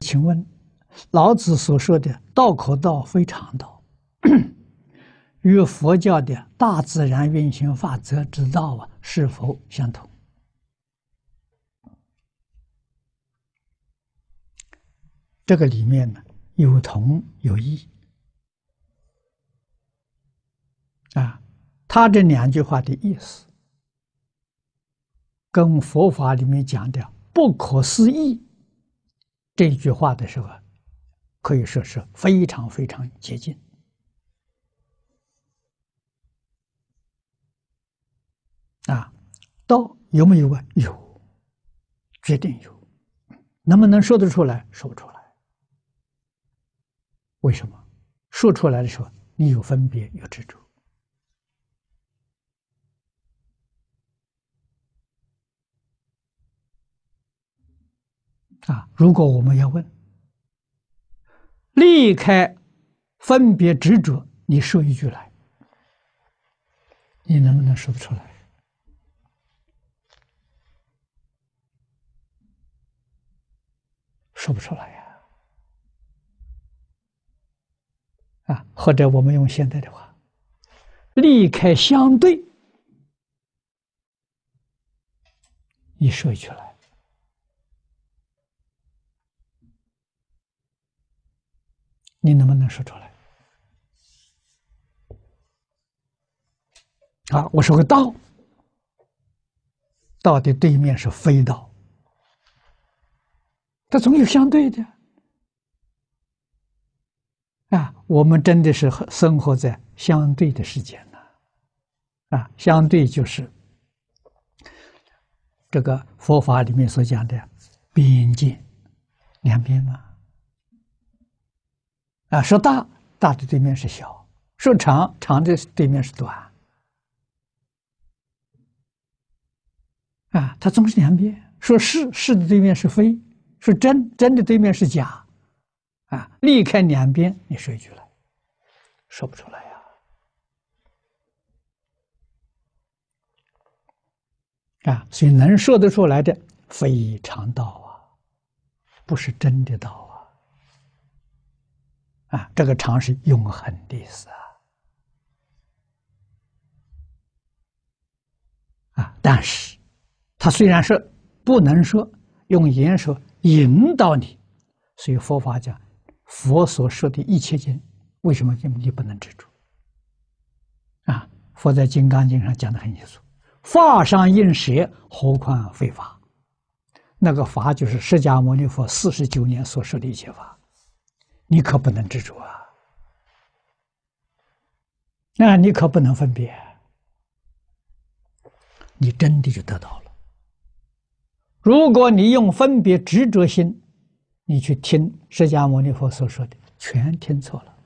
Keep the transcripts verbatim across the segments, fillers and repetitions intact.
请问，老子所说的“道可道，非常道”，与佛教的大自然运行法则之道啊，是否相同？这个里面呢，有同有异啊。他这两句话的意思，跟佛法里面讲的“不可思议”这句话的时候，可以说是非常非常接近。啊，道有没有啊？有，决定有。能不能说得出来？说不出来。为什么？说出来的时候，你有分别，有执着。啊，如果我们要问，离开分别执着，你说一句来，你能不能说得出来？说不出来呀！啊，或者我们用现在的话，离开相对，你说一句来。你能不能说出来？啊，我说个道，道的对面是非道，它总有相对的。啊，我们真的是生活在相对的世界呢。啊，相对就是这个佛法里面所讲的边界，两边嘛。啊，说大，大的对面是小；说长，长的对面是短。啊，它总是两边。说是，是的对面是非；说真，真的对面是假。啊，离开两边，你说一句来，说不出来呀。啊，所以能说得出来的，非常道啊，不是真的道啊。啊，这个常是永恒的意思啊！啊，但是他虽然说不能说用言说引导你，所以佛法讲佛所说的一切经，为什么你不能执着？啊，佛在《金刚经》上讲得很清楚：“法上应舍，何况非法？”那个法就是释迦牟尼佛四十九年所说的一切法。你可不能执着啊！那你可不能分别，你真的就得到了。如果你用分别执着心，你去听释迦牟尼佛所说的，全听错了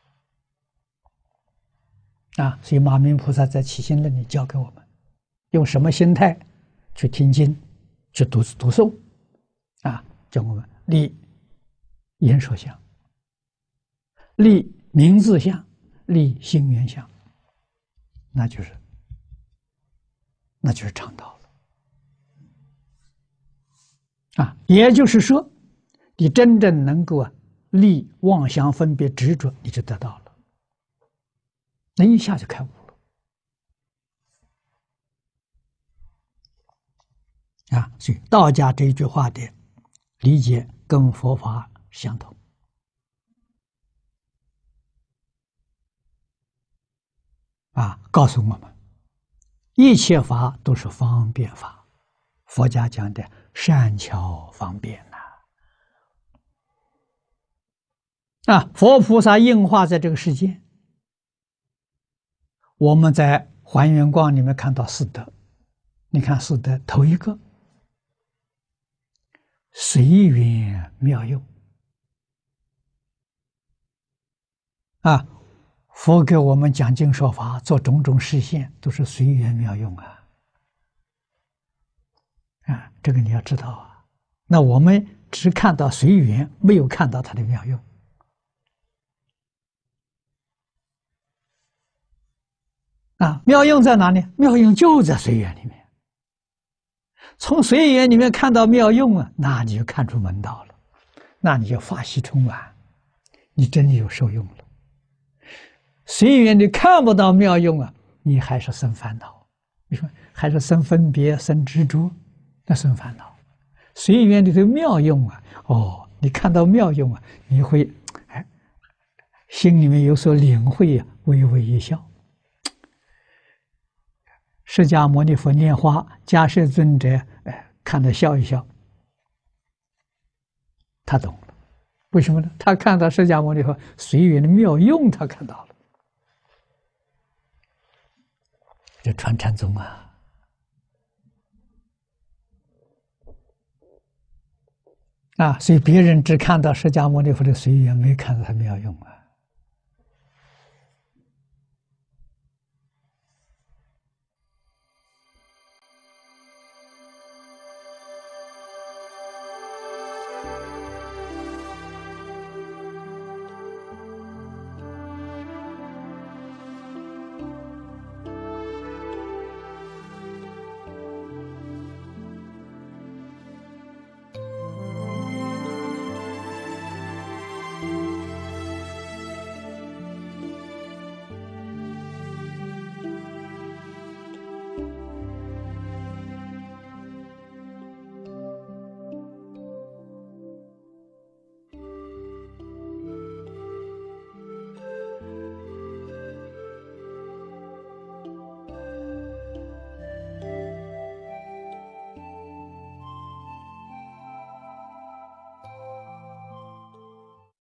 啊！所以马明菩萨在起心论里教给我们，用什么心态去听经、去读读诵啊？叫我们立言说相。立名字相，立心缘相，那就是，那就是常道了啊！也就是说，你真正能够啊立妄想分别执着，你就得到了，那一下就开悟了啊！所以道家这一句话的理解跟佛法相同。啊，告诉我们，一切法都是方便法，佛家讲的善巧方便呐。啊，佛菩萨应化在这个世界，我们在还原光里面看到四德，你看四德头一个，随缘妙用。啊。佛给我们讲经说法，做种种实现，都是随缘妙用啊！啊，这个你要知道啊。那我们只看到随缘，没有看到它的妙用。啊，妙用在哪里？妙用就在随缘里面。从随缘里面看到妙用啊，那你就看出门道了。 那你就法喜充满，你真的有受用了。随缘你看不到妙用啊，你还是生烦恼。你说还是生分别、生执着，那生烦恼。随缘里头妙用啊，哦，你看到妙用啊，你会哎，心里面有所领会啊，微微一笑。释迦牟尼佛拈花，迦叶尊者哎看着笑一笑，他懂了。为什么呢？他看到释迦牟尼佛随缘的妙用，他看到了。这传禅宗啊。啊，所以别人只看到释迦牟尼佛的随缘，没看到他妙用啊。